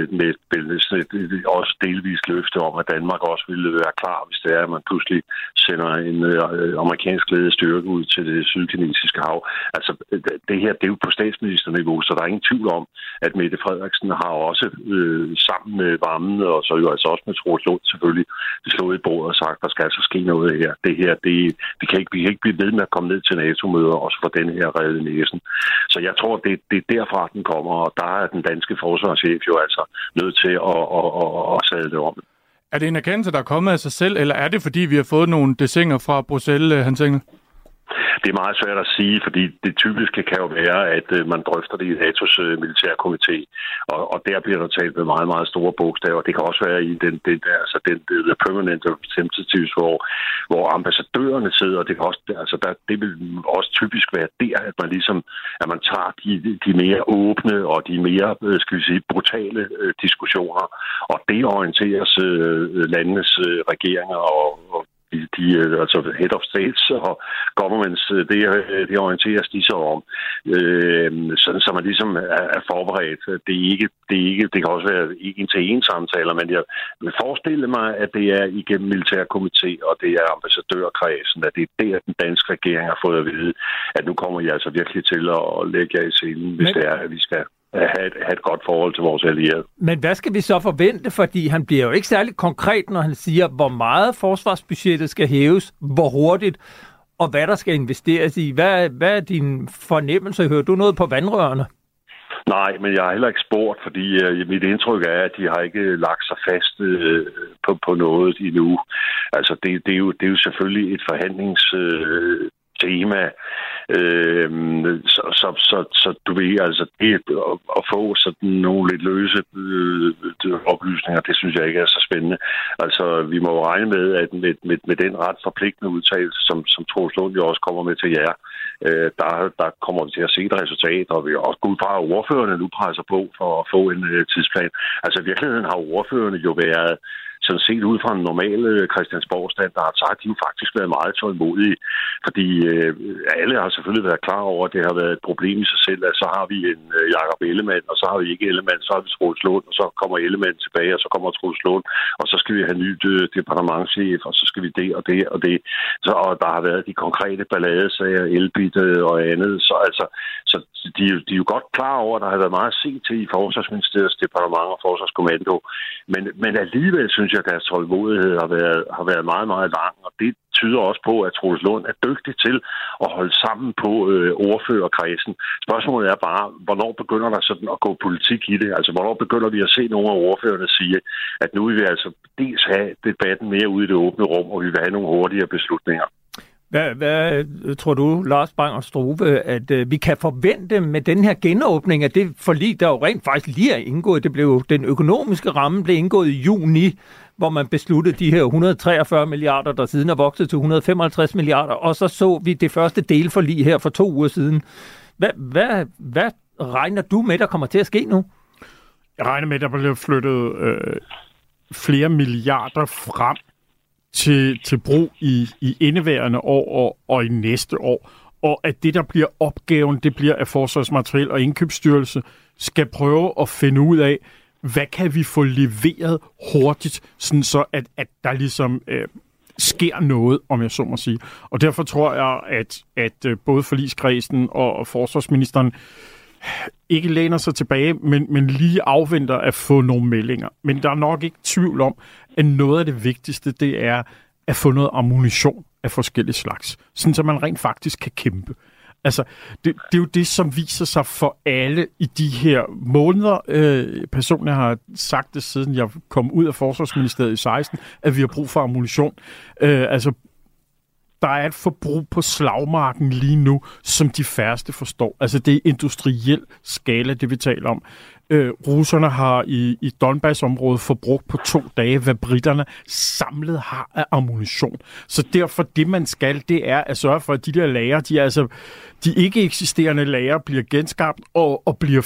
også delvist løfte om, at Danmark også ville være klar, hvis det er, at man pludselig sender en amerikansk ledet styrke ud til det sydkinesiske hav. Altså, det her, det er jo på statsministerniveau, så der er ingen tvivl om, at Mette Frederiksen har også sammen med Vammen, og så jo altså også med Troels Lund selvfølgelig, slået i bordet og sagt, der skal altså ske noget her. Vi kan ikke blive ved med at komme ned til NATO-møder, også for den her redde næsen. Så jeg tror, det er derfra, den kommer, og der er den danske forsvarschef jo altså nødt til at sadle det om. Er det en erkendelse, der er kommet af sig selv, eller er det, fordi vi har fået nogle desinger fra Bruxelles, Hans Engel? Det er meget svært at sige, fordi det typiske kan jo være, at man drøfter det i NATO's militærkomité, og der bliver der talt med meget, meget store bogstaver. Det kan også være i den permanent representatives, hvor ambassadørerne sidder. Det kan også, altså det vil også typisk være der, at man ligesom, at man tager de mere åbne og de mere, skal vi sige, brutale diskussioner, og det orienteres landenes regeringer og altså head of states og governments, det orienteres de så om, sådan så man ligesom er forberedt. Det kan også være en-til-en samtaler, men jeg vil forestille mig, at det er igennem militærkomité, og det er ambassadørkredsen, at det er der, den danske regering har fået at vide, at nu kommer I altså virkelig til at lægge jer i scenen, hvis det er, at vi skal have et godt forhold til vores allierede. Men hvad skal vi så forvente? Fordi han bliver jo ikke særlig konkret, når han siger, hvor meget forsvarsbudgettet skal hæves, hvor hurtigt, og hvad der skal investeres i. Hvad er din fornemmelse? Hører du noget på vandrørene? Nej, men jeg har heller ikke spurgt, fordi mit indtryk er, at de har ikke lagt sig fast på noget endnu. Altså, det er jo selvfølgelig et forhandlingstema. Så du ved, altså det at få sådan nogle lidt løse oplysninger, det synes jeg ikke er så spændende. Altså, vi må jo regne med, at med den ret forpligtende udtalelse, som Troels Lund jo også kommer med til jer, der kommer vi til at se et resultat, og vi har også gået fra, at ordførerne nu presser på for at få en tidsplan. Altså, i virkeligheden har ordførerne jo været sådan set ud fra en normal Christiansborg-standard, så har de jo faktisk været meget tålmodige, fordi alle har selvfølgelig været klar over, at det har været et problem i sig selv, at så har vi en Jakob Ellemann, og så har vi ikke Ellemann, så har vi Troels Lund, og så kommer Ellemann tilbage, og så kommer Troels Lund, og så skal vi have nyt departementschef, og så skal vi det og det og det. Så, og der har været de konkrete balladesager, Elbit og andet, så de er jo godt klar over, at der har været meget set til i Forsvarsministeriets departement og Forsvarskommando, men alligevel synes jeg, at deres tålmodighed har været meget, meget lang, og det tyder også på, at Troels Lund er dygtig til at holde sammen på ordførerkredsen. Spørgsmålet er bare, hvornår begynder der sådan at gå politik i det? Altså, hvornår begynder vi at se nogle af ordførerne sige, at nu vil vi altså dels have debatten mere ude i det åbne rum, og vi vil have nogle hurtigere beslutninger. Hvad tror du, Lars Bang og Struve, at vi kan forvente med den her genåbning af det forlig, der jo rent faktisk lige er indgået? Det blev den økonomiske ramme blev indgået i juni, hvor man besluttede de her 143 milliarder, der siden er vokset til 155 milliarder, og så vi det første delforlig her for 2 uger siden. Hvad regner du med, der kommer til at ske nu? Jeg regner med, at der bliver flyttet flere milliarder frem til brug i indeværende år og i næste år. Og at det, der bliver opgaven, det bliver, at Forsvarsmateriel og Indkøbsstyrelse skal prøve at finde ud af, hvad kan vi få leveret hurtigt, sådan så at der ligesom sker noget, om jeg så må sige. Og derfor tror jeg, at både forligskredsen og forsvarsministeren ikke læner sig tilbage, men lige afventer at få nogle meldinger. Men der er nok ikke tvivl om, at noget af det vigtigste, det er at få noget ammunition af forskellige slags, sådan så man rent faktisk kan kæmpe. Altså, det er jo det, som viser sig for alle i de her måneder. Personligt har sagt det, siden jeg kom ud af Forsvarsministeriet i 16, at vi har brug for ammunition. Der er et forbrug på slagmarken lige nu, som de færreste forstår. Altså, det er industriel skala, det vi taler om. Russerne har i Donbass-området forbrugt på 2 dage, hvad britterne samlet har af ammunition. Så derfor det, man skal, det er at sørge for, at de der lager, de ikke eksisterende lager bliver genskabt og bliver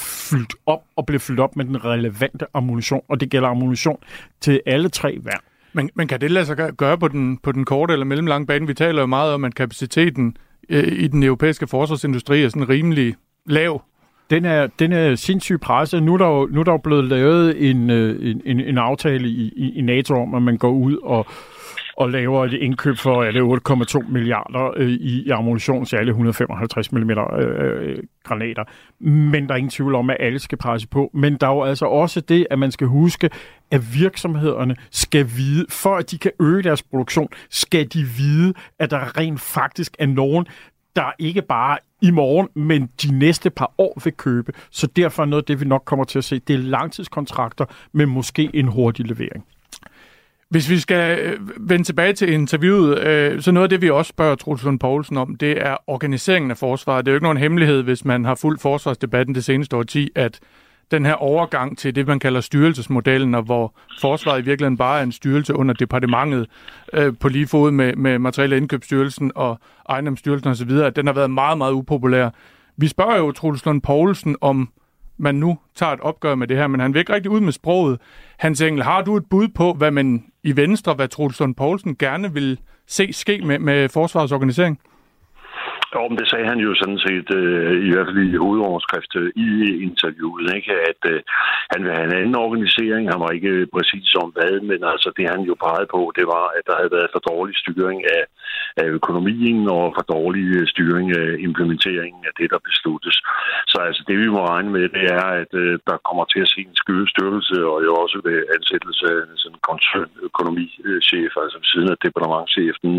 fyldt op med den relevante ammunition. Og det gælder ammunition til alle 3 værn. Men kan det lade sig gøre på den korte eller mellemlange bane? Vi taler jo meget om, at kapaciteten i den europæiske forsvarsindustri er sådan rimelig lav. Den er sindssygt presset. Nu er der jo blevet lavet en aftale i NATO om, at man går ud og laver et indkøb for 8,2 milliarder i ammunition til alle 155 mm granater. Men der er ingen tvivl om, at alle skal presse på. Men der er jo altså også det, at man skal huske, at virksomhederne skal vide, for at de kan øge deres produktion, skal de vide, at der rent faktisk er nogen, der ikke bare i morgen, men de næste par år vil købe. Så derfor er noget af det, vi nok kommer til at se, det er langtidskontrakter med måske en hurtig levering. Hvis vi skal vende tilbage til interviewet, så noget af det, vi også spørger Troels Lund Poulsen om, det er organiseringen af forsvaret. Det er jo ikke nogen hemmelighed, hvis man har fulgt forsvarsdebatten det seneste årti, at den her overgang til det, man kalder styrelsesmodellen, og hvor forsvaret i virkeligheden bare er en styrelse under departementet på lige fod med Materiel- og Indkøbsstyrelsen og Ejendomsstyrelsen osv., at den har været meget, meget upopulær. Vi spørger jo Troels Lund Poulsen, om man nu tager et opgør med det her, men han vil ikke rigtig ud med sproget. Hans Engel, har du et bud på, hvad man i Venstre, hvad Troels Lund Poulsen gerne vil se ske med forsvarets organisering? Jo, men det sagde han jo sådan set, i hvert fald i hovedoverskrift i interviewet, ikke? At han vil have en anden organisering. Han var ikke præcis om hvad, men altså det han jo pegede på, det var, at der havde været for dårlig styring af økonomien og for dårlig styring af implementeringen af det, der besluttes. Så altså det, vi må regne med, det er, at der kommer til at se en styrkelse, og jo også ved ansættelse af sådan en koncernøkonomichef, altså ved siden af departementschefen,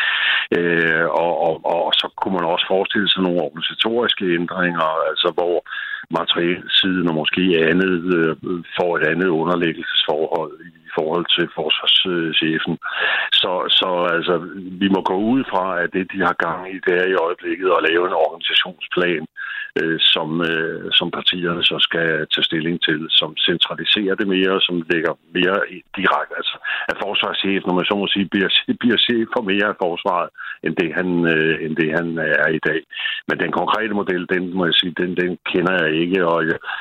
og så kunne man også forestille sig nogle organisatoriske ændringer, altså hvor materielsiden og måske andet får et andet underlæggelsesforhold i forhold til forsvarschefen. Så altså, vi må gå ud fra, at det, de har gang i, det er i øjeblikket at lave en organisationsplan, som partierne så skal tage stilling til, som centraliserer det mere, som lægger mere direkte, altså at forsvarschefen, når man så må sige, bliver chef for mere af forsvaret, end det han er i dag. Men den konkrete model, den må jeg sige, den kender jeg ikke, og jeg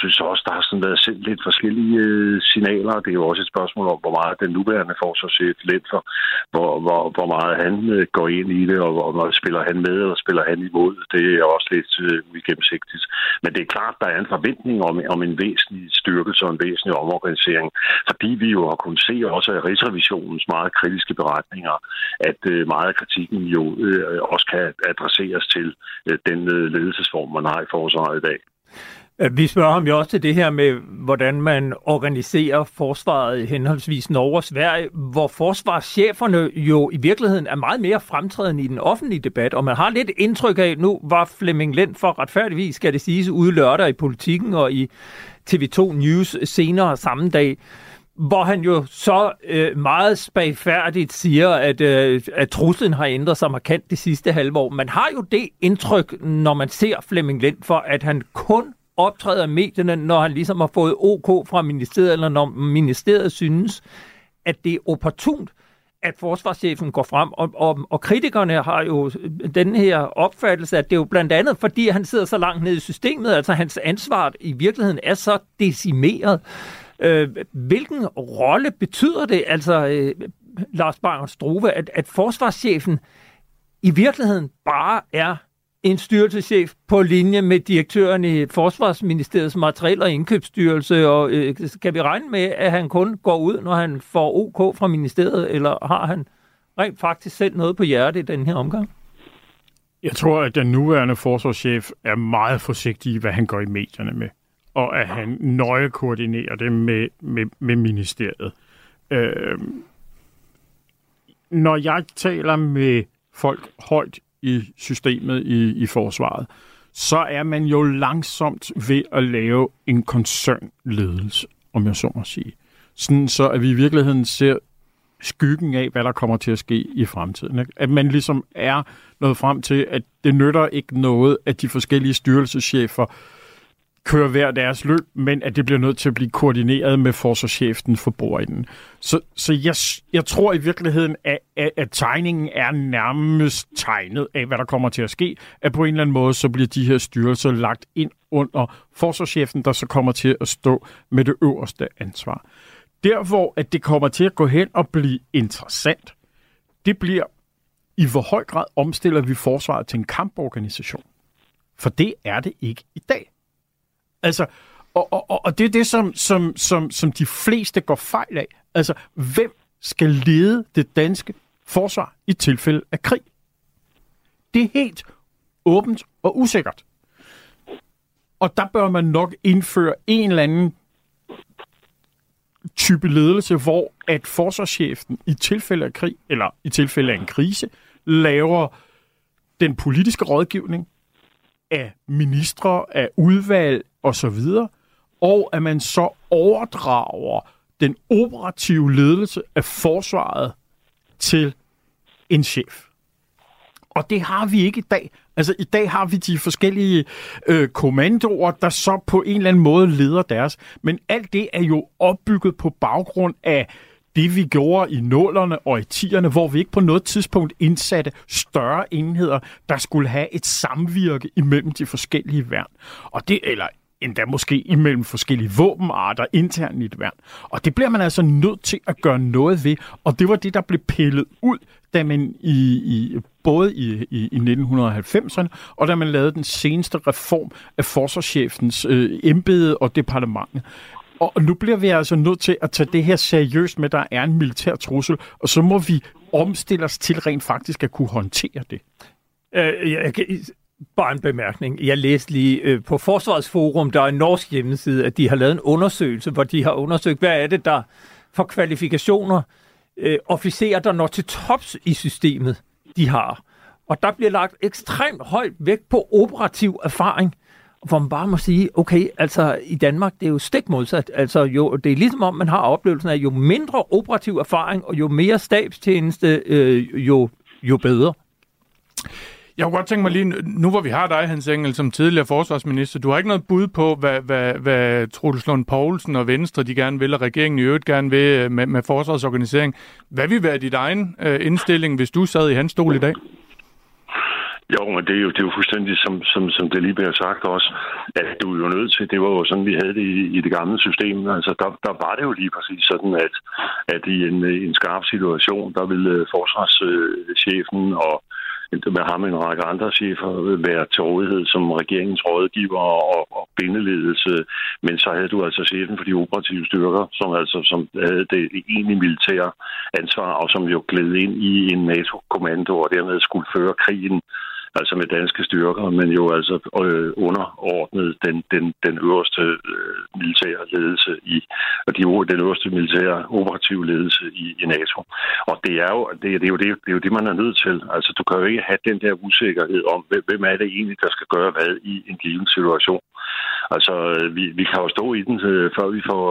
synes også, der har sådan været sendt lidt forskellige signaler. Det er jo også et spørgsmål om, hvor meget den nuværende forsvarschef Lentfer, hvor meget han går ind i det, og hvor spiller han med, eller spiller han imod. Det er også lidt uigennemsigtigt. Men det er klart, der er en forventning om en væsentlig styrkelse og en væsentlig omorganisering, fordi vi jo har kunnet se også af Rigsrevisionens meget kritiske beretninger, at meget af kritikken jo også kan adresseres til den ledelsesform, man har i forsvaret i dag. Vi spørger ham jo også til det her med, hvordan man organiserer forsvaret i henholdsvis Norge og Sverige, hvor forsvarscheferne jo i virkeligheden er meget mere fremtrædende i den offentlige debat, og man har lidt indtryk af, nu var Flemming Lentfer retfærdigvis, skal det siges, ude lørdag i Politikken og i TV2 News senere samme dag, hvor han jo så meget spagfærdigt siger, at truslen har ændret sig markant det sidste halve år. Man har jo det indtryk, når man ser Flemming Lentfer, at han kun optræder i medierne, når han ligesom har fået OK fra ministeriet, eller når ministeriet synes, at det er opportunt, at forsvarschefen går frem. Og kritikerne har jo den her opfattelse, at det er jo blandt andet, fordi han sidder så langt nede i systemet, altså hans ansvar i virkeligheden er så decimeret. Hvilken rolle betyder det, altså Lars Bang Struve, at forsvarschefen i virkeligheden bare er en styrelseschef på linje med direktøren i Forsvarsministeriets materiel- og indkøbsstyrelse, og kan vi regne med, at han kun går ud, når han får OK fra ministeriet, eller har han rent faktisk selv noget på hjertet i den her omgang? Jeg tror, at den nuværende forsvarschef er meget forsigtig i, hvad han går i medierne med, og at han nøje koordinerer det med ministeriet. Når jeg taler med folk højt i systemet i forsvaret, så er man jo langsomt ved at lave en koncernledelse, om jeg så må sige. Sådan så, at vi i virkeligheden ser skyggen af, hvad der kommer til at ske i fremtiden. Ikke? At man ligesom er nået frem til, at det nytter ikke noget, at de forskellige styrelseschefer kører hver deres løb, men at det bliver nødt til at blive koordineret med forsvarschefen for bordenden. Så jeg tror i virkeligheden, at tegningen er nærmest tegnet af, hvad der kommer til at ske, at på en eller anden måde, så bliver de her styrelser lagt ind under forsvarschefen, der så kommer til at stå med det øverste ansvar. Der, hvor at det kommer til at gå hen og blive interessant, det bliver, i hvor høj grad omstiller vi forsvaret til en kamporganisation. For det er det ikke i dag. Altså, og det er det, som de fleste går fejl af. Altså, hvem skal lede det danske forsvar i tilfælde af krig? Det er helt åbent og usikkert. Og der bør man nok indføre en eller anden type ledelse, hvor at forsvarschefen i tilfælde af krig, eller i tilfælde af en krise, laver den politiske rådgivning af ministre, af udvalg og så videre, og at man så overdrager den operative ledelse af forsvaret til en chef. Og det har vi ikke i dag. Altså i dag har vi de forskellige kommandoer, der så på en eller anden måde leder deres. Men alt det er jo opbygget på baggrund af det, vi gjorde i 00'erne og i 10'erne, hvor vi ikke på noget tidspunkt indsatte større enheder, der skulle have et samvirke imellem de forskellige værn. Og det, eller endda måske imellem forskellige våbenarter internt i et værn. Og det bliver man altså nødt til at gøre noget ved. Og det var det, der blev pillet ud, da man både i 1990'erne, og da man lavede den seneste reform af forsvarschefens embede og departementet. Og nu bliver vi altså nødt til at tage det her seriøst med, at der er en militær trussel, og så må vi omstille os til rent faktisk at kunne håndtere det. Bare en bemærkning. Jeg læste lige på Forsvarets Forum, der er en norsk hjemmeside, at de har lavet en undersøgelse, hvor de har undersøgt, hvad er det, der for kvalifikationer officerer, der når til tops i systemet, de har. Og der bliver lagt ekstremt højt vægt på operativ erfaring, hvor man bare må sige, okay, altså i Danmark, det er jo stik modsat. Altså jo, det er ligesom om, man har oplevelsen af, jo mindre operativ erfaring, og jo mere stabstjeneste, jo bedre. Jeg kunne godt tænke mig lige, nu hvor vi har dig, Hans Engel, som tidligere forsvarsminister, du har ikke noget bud på, hvad Troels Lund Poulsen og Venstre, de gerne vil, og regeringen i øvrigt gerne vil med forsvarsorganisering. Hvad vil være dit egen indstilling, hvis du sad i hans stol i dag? Jo, men det er jo fuldstændig, som det lige bliver sagt også, at du er jo nødt til, det var jo sådan, vi havde det i det gamle system, altså der var det jo lige præcis sådan, at i en skarp situation, der ville forsvarschefen og med ham en række andre chefer være til rådighed som regeringens rådgiver og bindeledelse, men så havde du altså chefen for de operative styrker, som havde det egentlige militære ansvar, og som jo gled ind i en NATO-kommando, og dermed skulle føre krigen, altså med danske styrker, men jo altså underordnet den øverste militære ledelse og den øverste militære operative ledelse i NATO. Og det er jo det, man er nødt til. Altså, du kan jo ikke have den der usikkerhed om, hvem er det egentlig, der skal gøre hvad i en given situation. Altså, vi kan jo stå i den, før vi får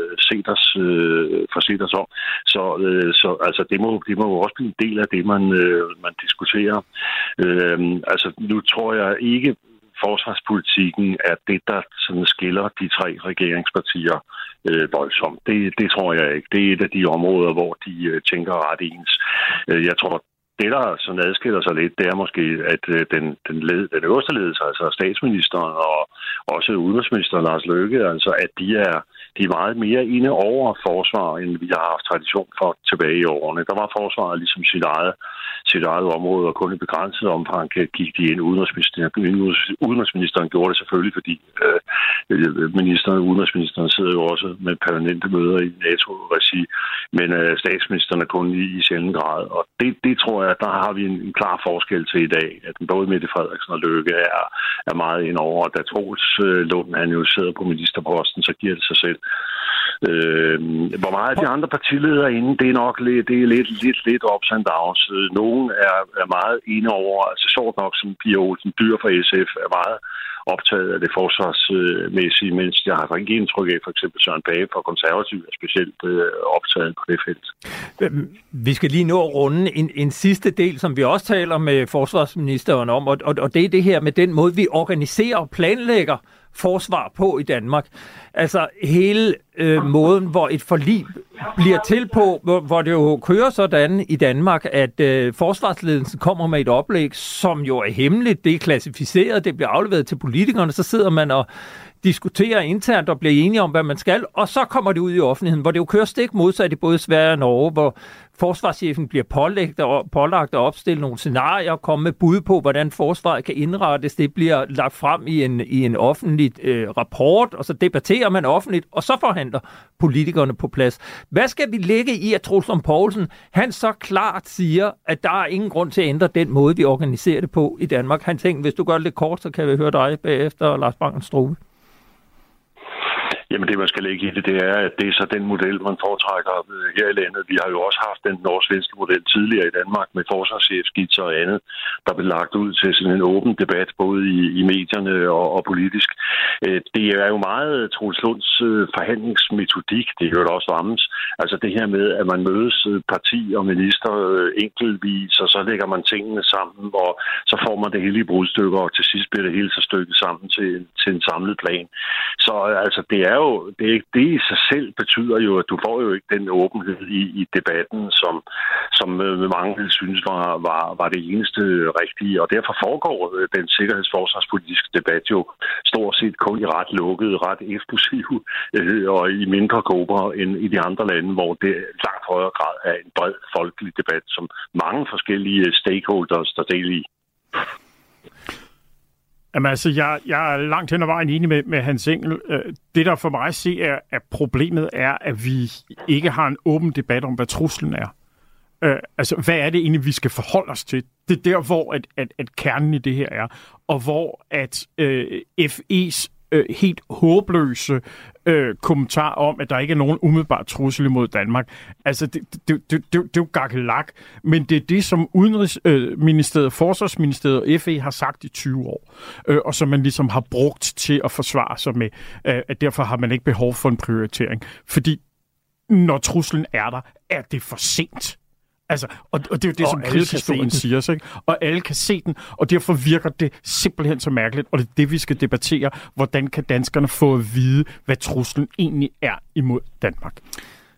set os om. Så altså, det må jo også blive en del af det, man diskuterer. Altså, nu tror jeg ikke, forsvarspolitikken er det, der sådan skiller de tre regeringspartier voldsomt. Det tror jeg ikke. Det er et af de områder, hvor de tænker ret ens. Jeg tror, det, der sådan adskiller sig lidt, det er måske, at den øverste ledelse, altså statsministeren og også udenrigsministeren Lars Løkke, altså at de er meget mere inde over forsvar, end vi har haft tradition for tilbage i årene. Der var forsvaret ligesom sit eget område, og kun i begrænset omfang gik de ind. Udenrigsministeren gjorde det selvfølgelig, fordi udenrigsministeren sidder jo også med permanente møder i NATO-regi, men statsministeren er kun i sjælden grad. Og det tror jeg, der har vi en klar forskel til i dag, at både Mette Frederiksen og Løkke er meget ind over, og da Troels Lund, han jo sidder på ministerposten, så giver det sig selv. Hvor meget af de andre partiledere inde, det er nok lidt ups and downs. Nogen er meget inde over, altså sjovt nok, som Pia Olsen Dyhr fra SF er meget optaget af det forsvarsmæssige, mens jeg har ikke indtryk af, for eksempel Søren Pape fra Konservativ er specielt optaget på det felt. Vi skal lige nå at runde en sidste del, som vi også taler med forsvarsministeren om, og det er det her med den måde, vi organiserer og planlægger forsvar på i Danmark. Altså hele måden, hvor et forlig bliver til på, hvor det jo kører sådan i Danmark, at forsvarsledelsen kommer med et oplæg, som jo er hemmeligt, det er klassificeret, det bliver afleveret til politikerne, så sidder man og diskuterer internt og bliver enige om, hvad man skal, og så kommer det ud i offentligheden, hvor det jo kører stik modsat i både Sverige og Norge, hvor forsvarschefen bliver pålagt at opstille nogle scenarier og komme med bud på, hvordan forsvaret kan indrettes. Det bliver lagt frem i en offentlig rapport, og så debatterer man offentligt, og så forhandler politikerne på plads. Hvad skal vi lægge i, at Troels Lund Poulsen, han så klart siger, at der er ingen grund til at ændre den måde, vi organiserer det på i Danmark? Han tænker, hvis du gør det lidt kort, så kan vi høre dig bagefter, Lars Bangren-Strube. Jamen det, man skal lægge i det er, at det er så den model, man foretrækker her i landet. Vi har jo også haft den norsk-svenske model tidligere i Danmark med forsvarschefskitser og andet, der blev lagt ud til sådan en åben debat, både i medierne og politisk. Det er jo meget Troels Lunds forhandlingsmetodik, det hører også rammes. Altså det her med, at man mødes parti og minister enkeltvis, og så lægger man tingene sammen, og så får man det hele i brudstykker, og til sidst bliver det hele så stykket sammen til en samlet plan. Så altså det er jo, det i sig selv betyder jo, at du får jo ikke den åbenhed i debatten, som mange vil synes var det eneste rigtige. Og derfor foregår den sikkerhedsforsvarspolitiske debat jo stort set kun i ret lukkede, ret eksklusive og i mindre grupper end i de andre lande, hvor det langt højere grad er en bred folkelig debat, som mange forskellige stakeholders der del i. Jamen altså, jeg er langt hen ad vejen enig med Hans Engel. Det, der for mig at se er problemet, er, at vi ikke har en åben debat om, hvad truslen er. Altså, hvad er det egentlig, vi skal forholde os til? Det er der, hvor at kernen i det her er, og hvor at FE's helt håbløse kommentar om, at der ikke er nogen umiddelbar trussel imod Danmark. Altså, det er jo gakkelak, men det er det, som Udenrigsministeriet, Forsvarsministeriet og FE har sagt i 20 år, og som man ligesom har brugt til at forsvare sig med, at derfor har man ikke behov for en prioritering. Fordi når truslen er der, er det for sent. Altså, og det er jo det, som krigshistorien siger sig, ikke? Og alle kan se den, og derfor virker det simpelthen så mærkeligt, og det er det, vi skal debattere. Hvordan kan danskerne få at vide, hvad truslen egentlig er imod Danmark?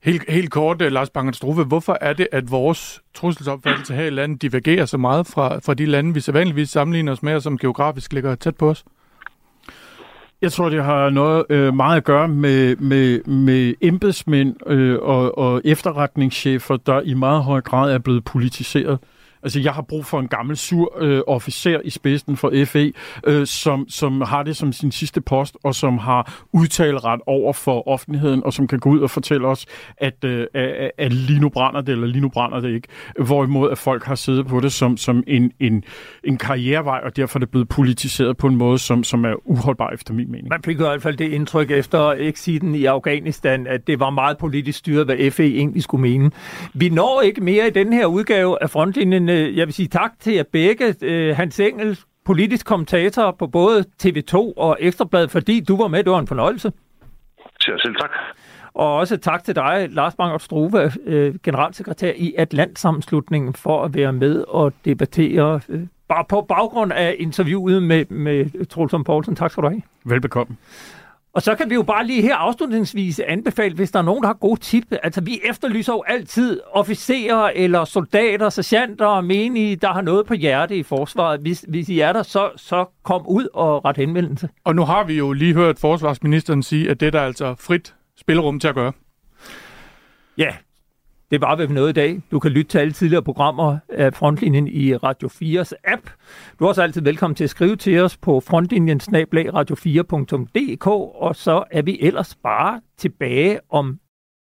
Helt kort, Lars Bangert-Struve, hvorfor er det, at vores trusselsopfattelse her i landet divergerer så meget fra de lande, vi sædvanligvis sammenligner os med, og som geografisk ligger tæt på os? Jeg tror, det har noget meget at gøre med embedsmænd og efterretningschefer, der i meget høj grad er blevet politiseret. Altså, jeg har brug for en gammel sur officer i spidsen for FE, som har det som sin sidste post, og som har udtaleret over for offentligheden, og som kan gå ud og fortælle os, at lige nu brænder det, eller lige nu brænder det ikke. Hvorimod at folk har siddet på det som en karrierevej, og derfor er det blevet politiseret på en måde, som er uholdbar efter min mening. Man fik i hvert fald det indtryk efter exiten i Afghanistan, at det var meget politisk styret, hvad FE egentlig skulle mene. Vi når ikke mere i den her udgave af Frontlinjen. Jeg vil sige tak til jer begge. Hans Engel, politisk kommentator på både TV2 og Ekstrabladet, fordi du var med. Det var en fornøjelse. Selv tak. Og også tak til dig, Lars Bangert-Struve, generalsekretær i Atlantsammenslutningen, for at være med og debattere bare på baggrund af interviewet med Troels Lund Poulsen. Tak skal du have. Velbekomme. Og så kan vi jo bare lige her afslutningsvis anbefale, hvis der er nogen, der har gode tip. Altså, vi efterlyser jo altid officerer eller soldater, sergeanter og menige, der har noget på hjerte i forsvaret. Hvis I er der, så kom ud og ret henvendelse. Og nu har vi jo lige hørt forsvarsministeren sige, at det er der altså frit spillerum til at gøre. Ja, det var vel noget i dag. Du kan lytte til alle tidligere programmer af Frontlinjen i Radio 4's app. Du er også altid velkommen til at skrive til os på frontlinjen@radio4.dk, og så er vi ellers bare tilbage om...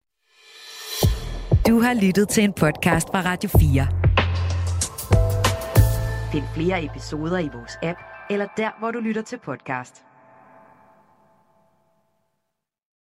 Du har lyttet til en podcast fra Radio 4. Find flere episoder i vores app, eller der, hvor du lytter til podcast.